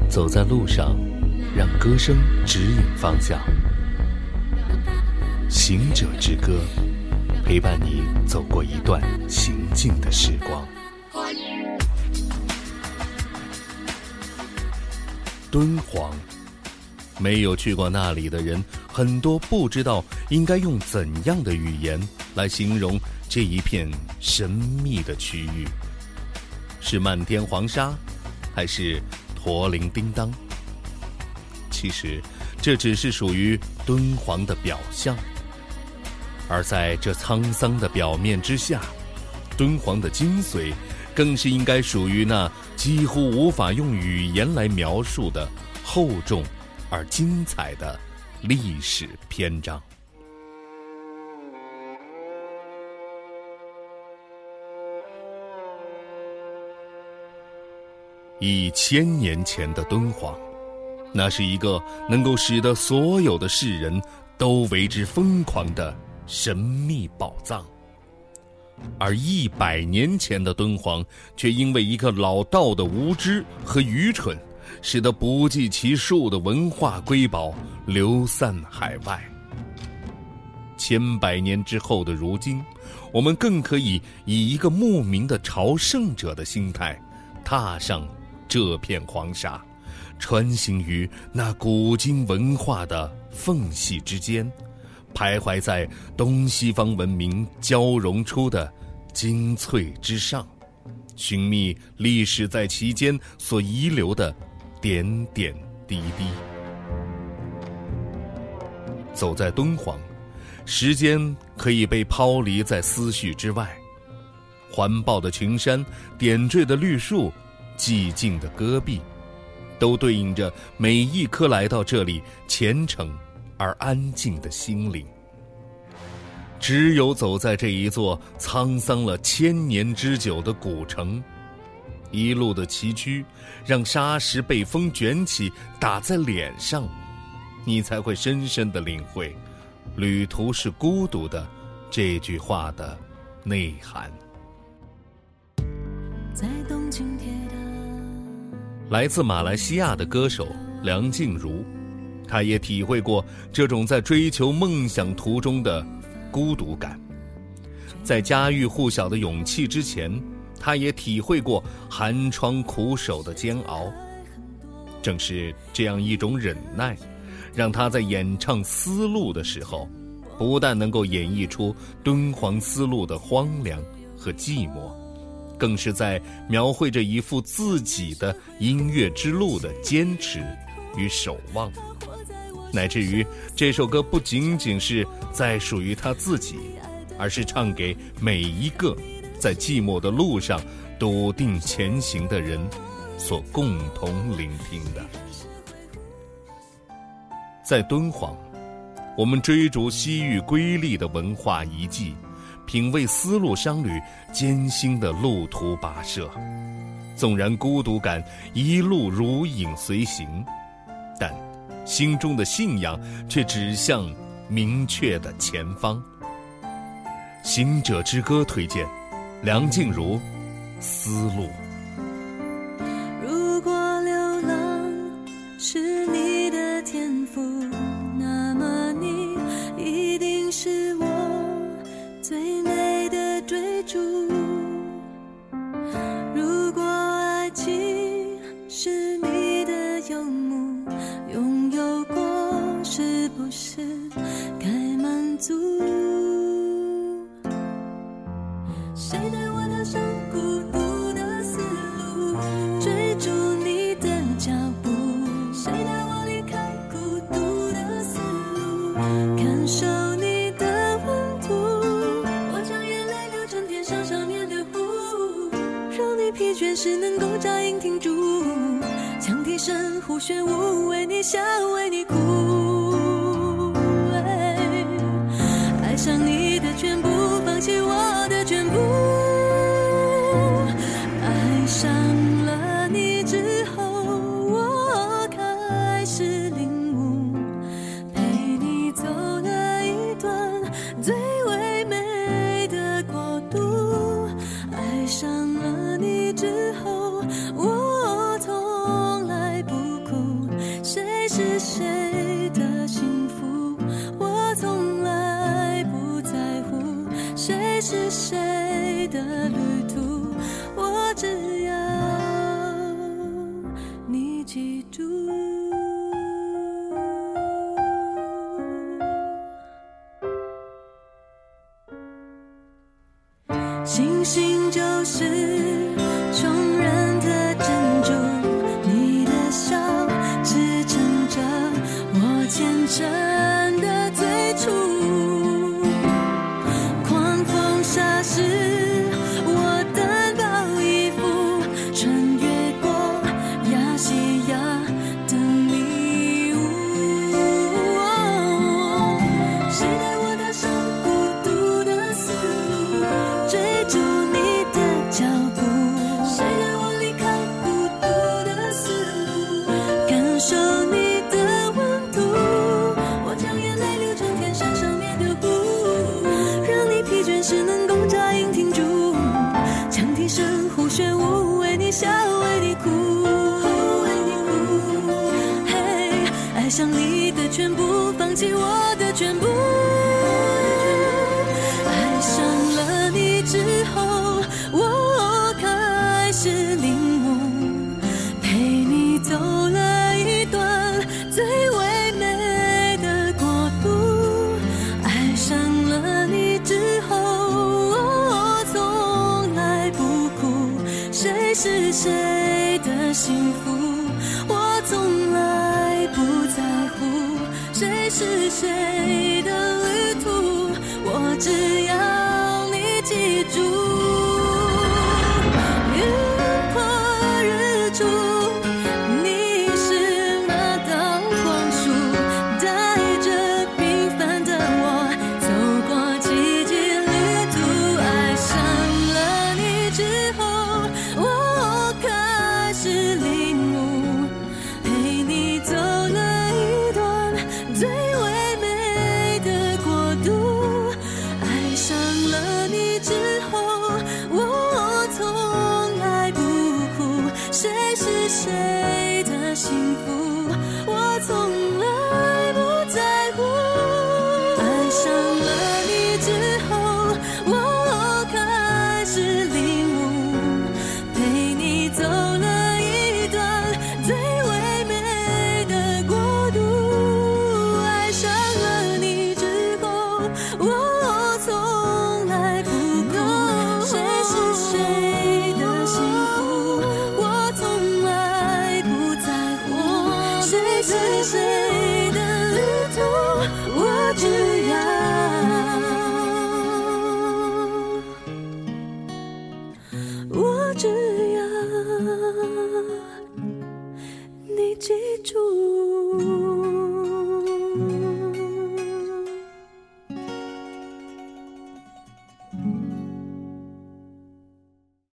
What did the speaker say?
走在路上，让歌声指引方向。行者之歌，陪伴你走过一段行进的时光。敦煌，没有去过那里的人，很多不知道应该用怎样的语言来形容这一片神秘的区域。是漫天黄沙，还是驼铃叮当？其实这只是属于敦煌的表象，而在这沧桑的表面之下，敦煌的精髓更是应该属于那几乎无法用语言来描述的厚重而精彩的历史篇章。1000年前的敦煌，那是一个能够使得所有的世人都为之疯狂的神秘宝藏。而100年前的敦煌，却因为一个老道的无知和愚蠢，使得不计其数的文化瑰宝流散海外。千百年之后的如今，我们更可以以一个慕名的朝圣者的心态，踏上这片黄沙，穿行于那古今文化的缝隙之间，徘徊在东西方文明交融出的精粹之上，寻觅历史在其间所遗留的点点滴滴。走在敦煌，时间可以被抛离在思绪之外，环抱的群山，点缀的绿树，寂静的戈壁，都对应着每一颗来到这里虔诚而安静的心灵。只有走在这一座沧桑了1000年之久的古城，一路的崎岖让沙石被风卷起打在脸上，你才会深深地领会旅途是孤独的这句话的内涵。 在东京铁塔， 来自马来西亚的歌手梁静茹，她也体会过这种在追求梦想途中的孤独感。在家喻户晓的勇气之前，她也体会过寒窗苦守的煎熬。正是这样一种忍耐，让她在演唱丝路的时候，不但能够演绎出敦煌丝路的荒凉和寂寞，更是在描绘着一幅自己的音乐之路的坚持与守望。乃至于这首歌不仅仅是在属于他自己，而是唱给每一个在寂寞的路上笃定前行的人所共同聆听的。在敦煌，我们追逐西域瑰丽的文化遗迹，品味丝路商旅艰辛的路途跋涉。纵然孤独感一路如影随形，但心中的信仰却指向明确的前方。行者之歌推荐梁静茹，丝路。 如果流浪是你的天赋，那么你一定是我最美的追逐。如果爱情是你的游牧，拥有过是不是该满足？谁带我踏上孤独的丝路，追逐你的脚步？谁带我离开孤独的丝路，感受你的温度？我将眼泪流成天上少年的湖，让你疲倦时能够扎营停住，羌笛声呼旋舞，为你笑为你哭。爱上你的全部，放弃我的全部。爱上了你之后，我开始领悟，陪你走了一段最唯美的国度。爱上了你之后，我从来不心就是穷人的珍珠，你的笑支撑着我虔诚的最初。狂风沙时，我单薄衣服，穿越过亚细亚的迷雾。谁带我踏上孤独的丝路，追逐你的脚步？谁带我离开孤独的丝路，感受你的温度？我将眼泪流成天山上面的湖，让你疲倦时能够扎营停住。羌笛声呼旋舞，为你笑，为你哭，为你哭。嘿，爱上你的全部，放弃我的全部。爱上了你之后，我开始领悟，陪你走了一段最唯美的国度。爱上了你之后，我从来不哭，谁是谁的幸福，我从来不在乎，谁是谁的旅途，我只要你记住。云破日出，你是那道光束，带着平凡的我走过奇迹旅途。爱上了你之后，我开始领悟，陪你走了一段最唯美的国度。爱上了你之后，我从来不哭，谁是谁的幸福，我从来不在乎。爱上了你之后，我开始领悟，陪你走了一段最唯美的国度。爱上了你之后，我从来不哭，谁是谁的幸福，我从来不在乎，谁是谁的旅途，我只要你记住。